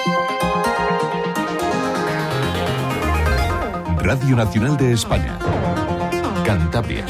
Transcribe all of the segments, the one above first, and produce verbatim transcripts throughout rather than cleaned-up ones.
Radio Nacional de España. Cantabria.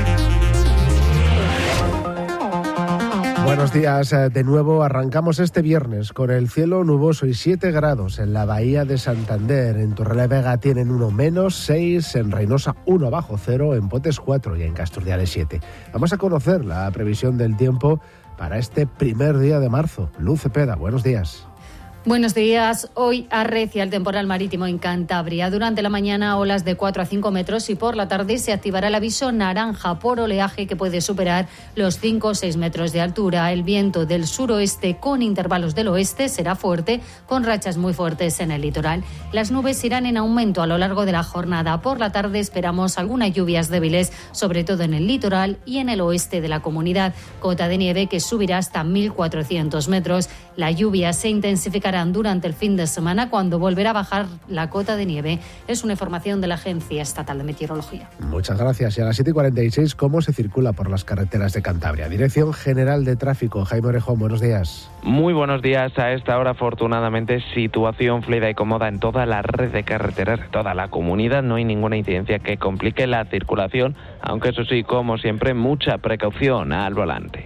Buenos días, de nuevo arrancamos este viernes con el cielo nuboso y siete grados en la bahía de Santander. En Torrelavega tienen uno menos, seis, en Reynosa uno bajo cero, en Potes cuatro y en Casturdiales siete. Vamos a conocer la previsión del tiempo para este primer día de marzo. Luz Cepeda, buenos días. Buenos días. Hoy arrecia el temporal marítimo en Cantabria. Durante la mañana olas de cuatro a cinco metros y por la tarde se activará el aviso naranja por oleaje que puede superar los cinco o seis metros de altura. El viento del suroeste con intervalos del oeste será fuerte, con rachas muy fuertes en el litoral. Las nubes irán en aumento a lo largo de la jornada. Por la tarde esperamos algunas lluvias débiles, sobre todo en el litoral y en el oeste de la comunidad. Cota de nieve que subirá hasta mil cuatrocientos metros. La lluvia se intensificará durante el fin de semana, cuando volverá a bajar la cota de nieve. Es una información de la Agencia Estatal de Meteorología. Muchas gracias. Y a las siete y cuarenta y seis, ¿cómo se circula por las carreteras de Cantabria? Dirección General de Tráfico, Jaime Orejón, buenos días. Muy buenos días. A esta hora, afortunadamente, situación fluida y cómoda en toda la red de carreteras de toda la comunidad. No hay ninguna incidencia que complique la circulación, aunque eso sí, como siempre, mucha precaución al volante.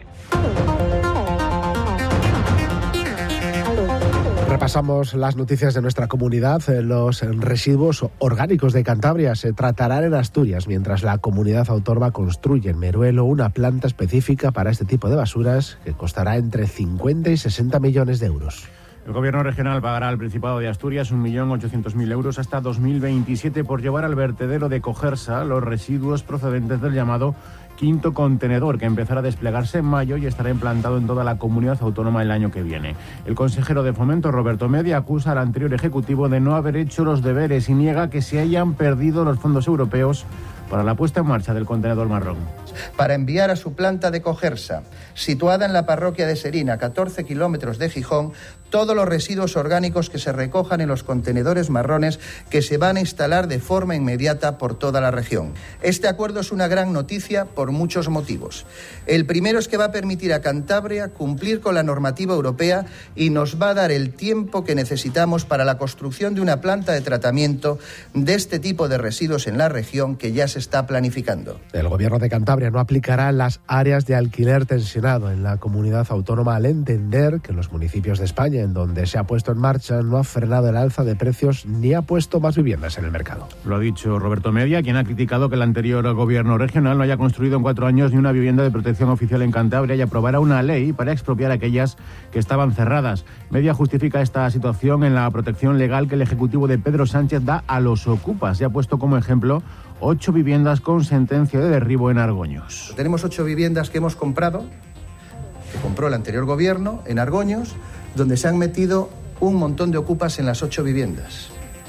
Repasamos las noticias de nuestra comunidad. Los residuos orgánicos de Cantabria se tratarán en Asturias, mientras la comunidad autónoma construye en Meruelo una planta específica para este tipo de basuras que costará entre cincuenta y sesenta millones de euros. El Gobierno regional pagará al Principado de Asturias un millón ochocientos mil euros hasta dos mil veintisiete por llevar al vertedero de Cogersa los residuos procedentes del llamado quinto contenedor, que empezará a desplegarse en mayo y estará implantado en toda la comunidad autónoma el año que viene. El consejero de Fomento, Roberto Media, acusa al anterior ejecutivo de no haber hecho los deberes y niega que se hayan perdido los fondos europeos para la puesta en marcha del contenedor marrón. Para enviar a su planta de Cogersa, situada en la parroquia de Serina, catorce kilómetros de Gijón, todos los residuos orgánicos que se recojan en los contenedores marrones que se van a instalar de forma inmediata por toda la región. Este acuerdo es una gran noticia por muchos motivos. El primero es que va a permitir a Cantabria cumplir con la normativa europea y nos va a dar el tiempo que necesitamos para la construcción de una planta de tratamiento de este tipo de residuos en la región, que ya se está planificando. El Gobierno de Cantabria no aplicará las áreas de alquiler tensionado en la comunidad autónoma, al entender que los municipios de España en donde se ha puesto en marcha no ha frenado el alza de precios ni ha puesto más viviendas en el mercado. Lo ha dicho Roberto Media, quien ha criticado que el anterior Gobierno regional no haya construido en cuatro años ni una vivienda de protección oficial en Cantabria y aprobará una ley para expropiar aquellas que estaban cerradas. Media justifica esta situación en la protección legal que el Ejecutivo de Pedro Sánchez da a los ocupas y ha puesto como ejemplo ocho viviendas con sentencia de derribo en Argoños. Tenemos ocho viviendas que hemos comprado, que compró el anterior gobierno en Argoños, donde se han metido un montón de ocupas en las ocho viviendas.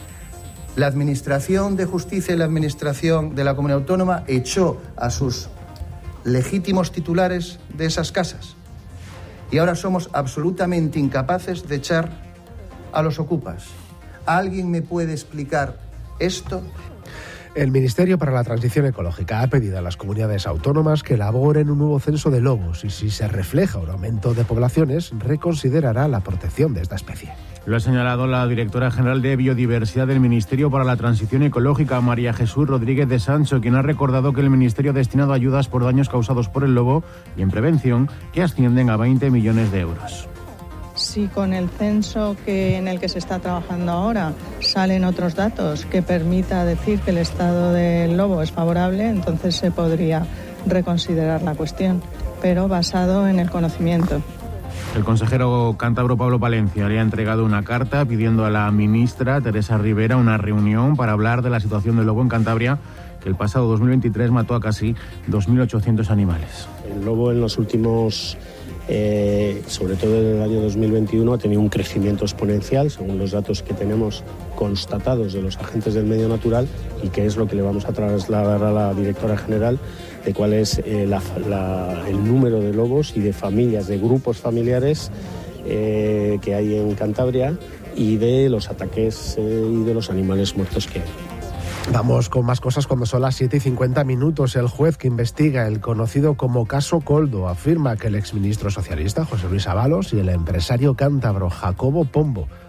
La Administración de Justicia y la Administración de la Comunidad Autónoma echó a sus legítimos titulares de esas casas. Y ahora somos absolutamente incapaces de echar a los ocupas. ¿Alguien me puede explicar esto? El Ministerio para la Transición Ecológica ha pedido a las comunidades autónomas que elaboren un nuevo censo de lobos y, si se refleja un aumento de poblaciones, reconsiderará la protección de esta especie. Lo ha señalado la directora general de Biodiversidad del Ministerio para la Transición Ecológica, María Jesús Rodríguez de Sancho, quien ha recordado que el Ministerio ha destinado ayudas por daños causados por el lobo y en prevención que ascienden a veinte millones de euros. Si con el censo que en el que se está trabajando ahora salen otros datos que permita decir que el estado del lobo es favorable, entonces se podría reconsiderar la cuestión, pero basado en el conocimiento. El consejero cántabro Pablo Palencia le ha entregado una carta pidiendo a la ministra Teresa Rivera una reunión para hablar de la situación del lobo en Cantabria, que el pasado dos mil veintitrés mató a casi dos mil ochocientos animales. El lobo en los últimos Eh, sobre todo en el año dos mil veintiuno, ha tenido un crecimiento exponencial, según los datos que tenemos constatados de los agentes del medio natural, y que es lo que le vamos a trasladar a la directora general, de cuál es eh, la, la, el número de lobos y de familias, de grupos familiares eh, que hay en Cantabria, y de los ataques eh, y de los animales muertos que hay. Vamos con más cosas cuando son las siete y cincuenta minutos. El juez que investiga el conocido como caso Coldo afirma que el exministro socialista José Luis Ábalos y el empresario cántabro Jacobo Pombo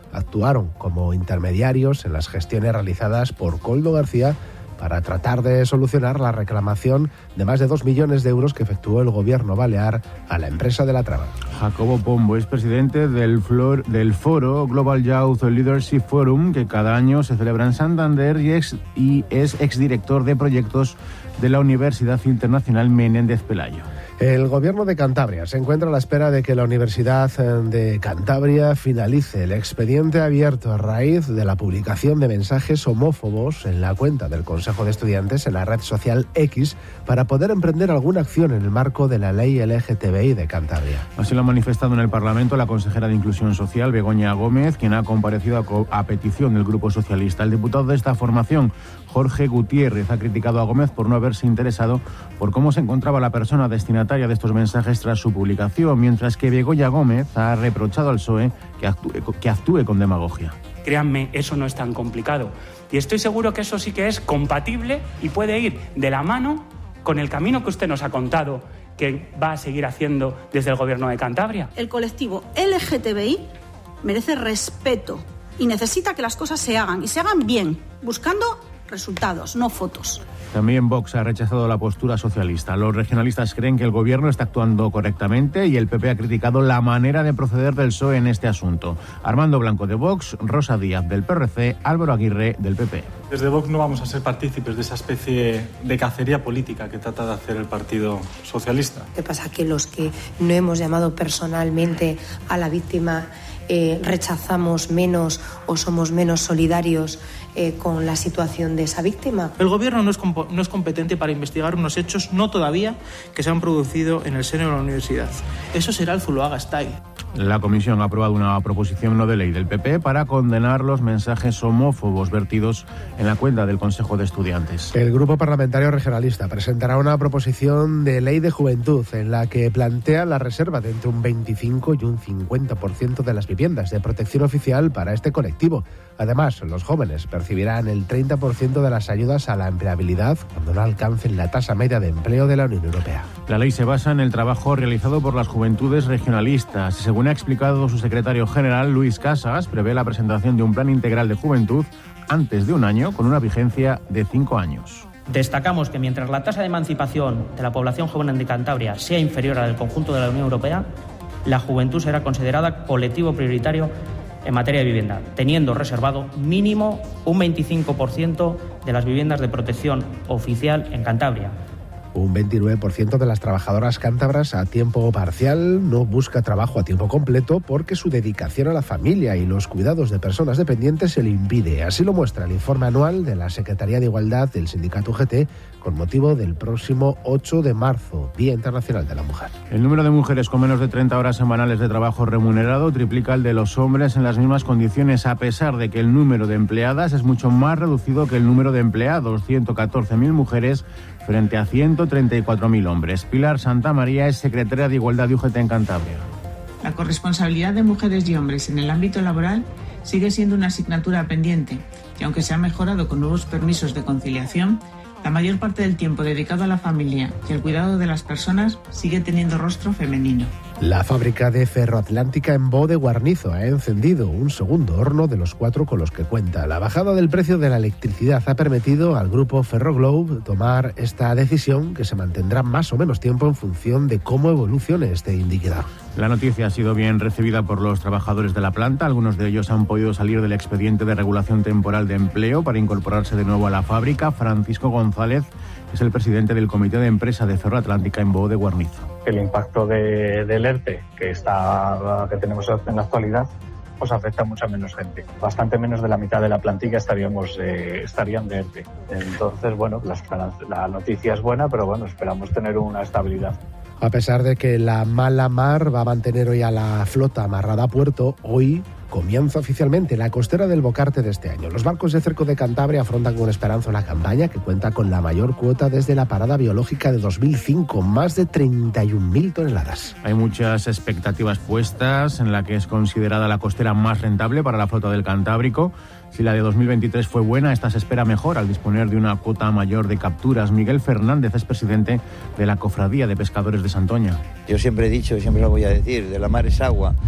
actuaron como intermediarios en las gestiones realizadas por Koldo García para tratar de solucionar la reclamación de más de dos millones de euros que efectuó el gobierno balear a la empresa de la trama. Jacobo Pombo es presidente del, flor, del foro Global Youth Leadership Forum, que cada año se celebra en Santander, y, ex, y es exdirector de proyectos de la Universidad Internacional Menéndez Pelayo. El Gobierno de Cantabria se encuentra a la espera de que la Universidad de Cantabria finalice el expediente abierto a raíz de la publicación de mensajes homófobos en la cuenta del Consejo de Estudiantes en la red social X para poder emprender alguna acción en el marco de la ley L G T B I de Cantabria. Así lo ha manifestado en el Parlamento la consejera de Inclusión Social, Begoña Gómez, quien ha comparecido a, a petición del Grupo Socialista. El diputado de esta formación, Jorge Gutiérrez, ha criticado a Gómez por no haberse interesado por cómo se encontraba la persona destinataria de estos mensajes tras su publicación, mientras que Begoña Gómez ha reprochado al P S O E que actúe, que actúe con demagogia. Créanme, eso no es tan complicado. Y estoy seguro que eso sí que es compatible y puede ir de la mano con el camino que usted nos ha contado que va a seguir haciendo desde el Gobierno de Cantabria. El colectivo L G T B I merece respeto y necesita que las cosas se hagan, y se hagan bien, buscando resultados, no fotos. También Vox ha rechazado la postura socialista. Los regionalistas creen que el gobierno está actuando correctamente y el P P ha criticado la manera de proceder del P S O E en este asunto. Armando Blanco de Vox, Rosa Díaz del P R C, Álvaro Aguirre del P P. Desde Vox no vamos a ser partícipes de esa especie de cacería política que trata de hacer el Partido Socialista. ¿Qué pasa? Que los que no hemos llamado personalmente a la víctima eh, rechazamos menos o somos menos solidarios eh, con la situación de esa víctima. El gobierno no es, comp- no es competente para investigar unos hechos, no todavía, que se han producido en el seno de la universidad. Eso será el Zuloaga Style. La comisión ha aprobado una proposición no de ley del P P para condenar los mensajes homófobos vertidos en la cuenta del Consejo de Estudiantes. El Grupo Parlamentario Regionalista presentará una proposición de ley de juventud en la que plantea la reserva de entre un veinticinco y un cincuenta por ciento de las viviendas de protección oficial para este colectivo. Además, los jóvenes percibirán el treinta por ciento de las ayudas a la empleabilidad cuando no alcancen la tasa media de empleo de la Unión Europea. La ley se basa en el trabajo realizado por las juventudes regionalistas. Según ha explicado su secretario general, Luis Casas, prevé la presentación de un plan integral de juventud antes de un año, con una vigencia de cinco años. Destacamos que mientras la tasa de emancipación de la población joven de Cantabria sea inferior a la del conjunto de la Unión Europea, la juventud será considerada colectivo prioritario en materia de vivienda, teniendo reservado mínimo un veinticinco por ciento de las viviendas de protección oficial en Cantabria. Un veintinueve por ciento de las trabajadoras cántabras a tiempo parcial no busca trabajo a tiempo completo porque su dedicación a la familia y los cuidados de personas dependientes se le impide. Así lo muestra el informe anual de la Secretaría de Igualdad del sindicato U G T con motivo del próximo ocho de marzo, Día Internacional de la Mujer. El número de mujeres con menos de treinta horas semanales de trabajo remunerado triplica el de los hombres en las mismas condiciones, a pesar de que el número de empleadas es mucho más reducido que el número de empleados, ciento catorce mil mujeres frente a ciento treinta y cuatro mil hombres. Pilar Santamaría es secretaria de Igualdad de U G T en Cantabria. La corresponsabilidad de mujeres y hombres en el ámbito laboral sigue siendo una asignatura pendiente y aunque se ha mejorado con nuevos permisos de conciliación, la mayor parte del tiempo dedicado a la familia y al cuidado de las personas sigue teniendo rostro femenino. La fábrica de Ferroatlántica en Bo de Guarnizo ha encendido un segundo horno de los cuatro con los que cuenta. La bajada del precio de la electricidad ha permitido al grupo Ferroglobe tomar esta decisión, que se mantendrá más o menos tiempo en función de cómo evolucione este indicador. La noticia ha sido bien recibida por los trabajadores de la planta. Algunos de ellos han podido salir del expediente de regulación temporal de empleo para incorporarse de nuevo a la fábrica. Francisco González es el presidente del comité de empresa de Ferroatlántica en Bo de Guarnizo. El impacto de, del ERTE que, está, que tenemos en la actualidad pues afecta a mucha menos gente. Bastante menos de la mitad de la plantilla estaríamos eh, estarían de ERTE. Entonces, bueno, la, la noticia es buena, pero bueno, esperamos tener una estabilidad. A pesar de que la mala mar va a mantener hoy a la flota amarrada a puerto, hoy comienza oficialmente la costera del Bocarte de este año. Los barcos de Cerco de Cantabria afrontan con esperanza una campaña que cuenta con la mayor cuota desde la parada biológica de dos mil cinco, más de treinta y un mil toneladas. Hay muchas expectativas puestas en la que es considerada la costera más rentable para la flota del Cantábrico. Si la de dos mil veintitrés fue buena, esta se espera mejor al disponer de una cuota mayor de capturas. Miguel Fernández es presidente de la Cofradía de Pescadores de Santoña. Yo siempre he dicho, y siempre lo voy a decir, de la mar es agua.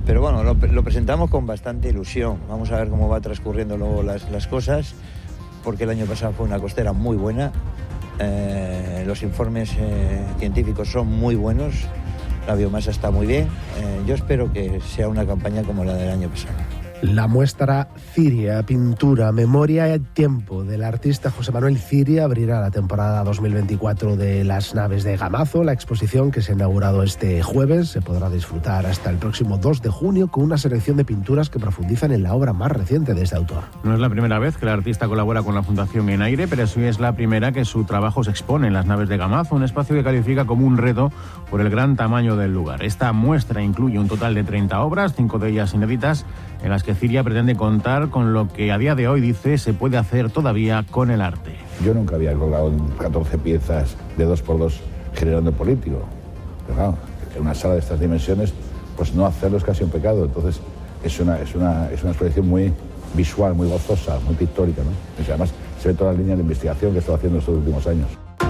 Pero bueno, lo, lo presentamos con bastante ilusión. Vamos a ver cómo va transcurriendo luego las, las cosas, porque el año pasado fue una costera muy buena. Eh, los informes eh, científicos son muy buenos, la biomasa está muy bien. Eh, yo espero que sea una campaña como la del año pasado. La muestra Ciria, pintura, memoria y tiempo del artista José Manuel Ciria abrirá la temporada dos mil veinticuatro de Las naves de Gamazo. La exposición, que se ha inaugurado este jueves, se podrá disfrutar hasta el próximo dos de junio con una selección de pinturas que profundizan en la obra más reciente de este autor. No es la primera vez que el artista colabora con la Fundación Enaire, pero sí es la primera que su trabajo se expone en Las naves de Gamazo, un espacio que califica como un reto por el gran tamaño del lugar. Esta muestra incluye un total de treinta obras, cinco de ellas inéditas, en las que Ciria pretende contar con lo que a día de hoy, dice, se puede hacer todavía con el arte. Yo nunca había colgado catorce piezas de dos por dos generando político. Pero claro, en una sala de estas dimensiones, pues no hacerlo es casi un pecado. Entonces es una, es una, es una exposición muy visual, muy gozosa, muy pictórica, ¿no? Y además se ve toda la línea de investigación que he estado haciendo estos últimos años.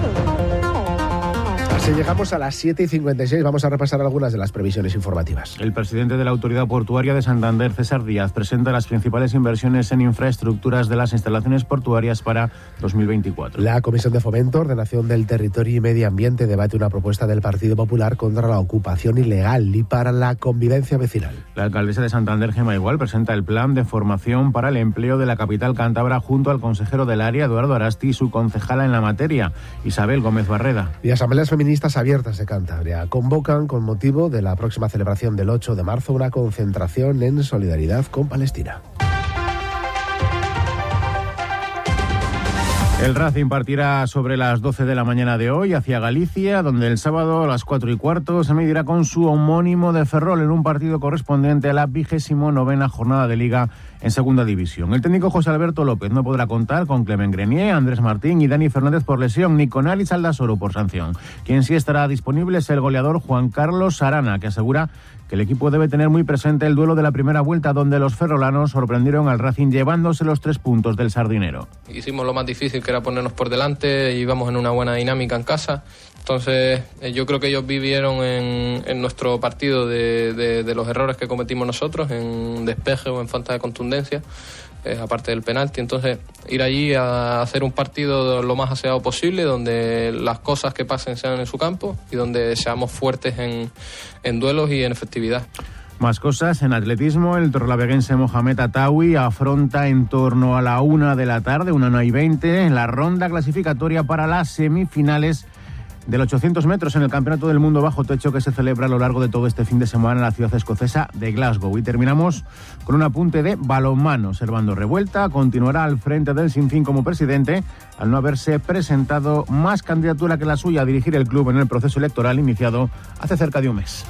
Si llegamos a las siete y cincuenta y seis, vamos a repasar algunas de las previsiones informativas. El presidente de la Autoridad Portuaria de Santander, César Díaz, presenta las principales inversiones en infraestructuras de las instalaciones portuarias para dos mil veinticuatro. La Comisión de Fomento, Ordenación del Territorio y Medio Ambiente debate una propuesta del Partido Popular contra la ocupación ilegal y para la convivencia vecinal. La alcaldesa de Santander, Gemma Igual, presenta el plan de formación para el empleo de la capital cántabra junto al consejero del área, Eduardo Arasti, y su concejala en la materia, Isabel Gómez Barreda. Y asambleas feministas abiertas de Cantabria convocan, con motivo de la próxima celebración del ocho de marzo, una concentración en solidaridad con Palestina. El Racing partirá sobre las doce de la mañana de hoy hacia Galicia, donde el sábado a las cuatro y cuarto se medirá con su homónimo de Ferrol en un partido correspondiente a la vigésimo novena jornada de Liga en Segunda División. El técnico José Alberto López no podrá contar con Clement Grenier, Andrés Martín y Dani Fernández por lesión, ni con Alex Aldasoro por sanción. Quien sí estará disponible es el goleador Juan Carlos Arana, que asegura que el equipo debe tener muy presente el duelo de la primera vuelta, donde los ferrolanos sorprendieron al Racing llevándose los tres puntos del Sardinero. Hicimos lo más difícil, que era ponernos por delante, y íbamos en una buena dinámica en casa. Entonces eh, yo creo que ellos vivieron en, en nuestro partido de, de, de los errores que cometimos nosotros en despeje o en falta de contundencia, eh, aparte del penalti. Entonces ir allí a hacer un partido lo más aseado posible, donde las cosas que pasen sean en su campo y donde seamos fuertes en, en duelos y en efectividad. Más cosas. En atletismo, el torrelaveguense Mohamed Atawi afronta en torno a la una de la tarde, una una y veinte, en la ronda clasificatoria para las semifinales del ochocientos metros en el Campeonato del Mundo bajo techo, que se celebra a lo largo de todo este fin de semana en la ciudad escocesa de Glasgow. Y terminamos con un apunte de balonmano. Servando Revuelta continuará al frente del Sinfín como presidente, al no haberse presentado más candidatura que la suya a dirigir el club en el proceso electoral iniciado hace cerca de un mes.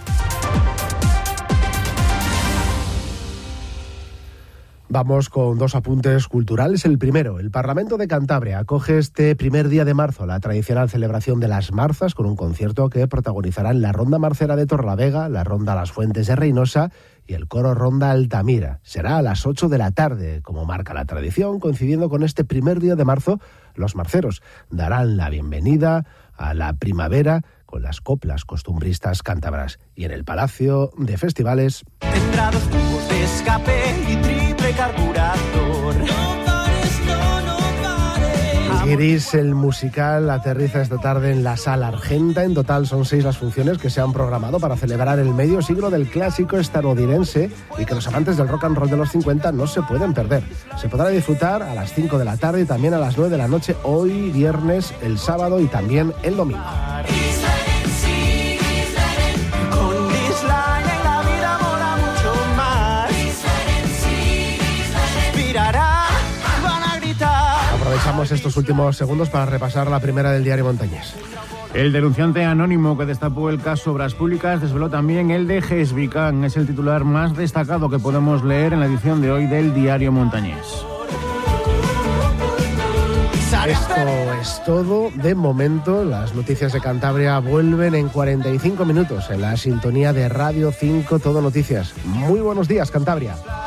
Vamos con dos apuntes culturales. El primero, el Parlamento de Cantabria acoge este primer día de marzo la tradicional celebración de las Marzas con un concierto que protagonizarán la Ronda Marcera de Torrelavega, la Ronda Las Fuentes de Reynosa y el coro Ronda Altamira. Será a las ocho de la tarde, como marca la tradición. Coincidiendo con este primer día de marzo, los marceros darán la bienvenida a la primavera con las coplas costumbristas cántabras. Y en el Palacio de Festivales tendrá dos tubos de escape y triple carburador. No pares, no, no pares. Gris, el musical, aterriza esta tarde en la Sala Argenta. En total son seis las funciones que se han programado para celebrar el medio siglo del clásico estadounidense y que los amantes del rock and roll de los cincuenta no se pueden perder. Se podrá disfrutar a las cinco de la tarde y también a las nueve de la noche hoy, viernes, el sábado y también el domingo. Aprovechamos estos últimos segundos para repasar la primera del diario Montañés. El denunciante anónimo que destapó el caso Obras Públicas desveló también el de Gesvicán. Es el titular más destacado que podemos leer en la edición de hoy del diario Montañés. Esto es todo de momento. Las noticias de Cantabria vuelven en cuarenta y cinco minutos en la sintonía de Radio cinco Todo Noticias. Muy buenos días, Cantabria.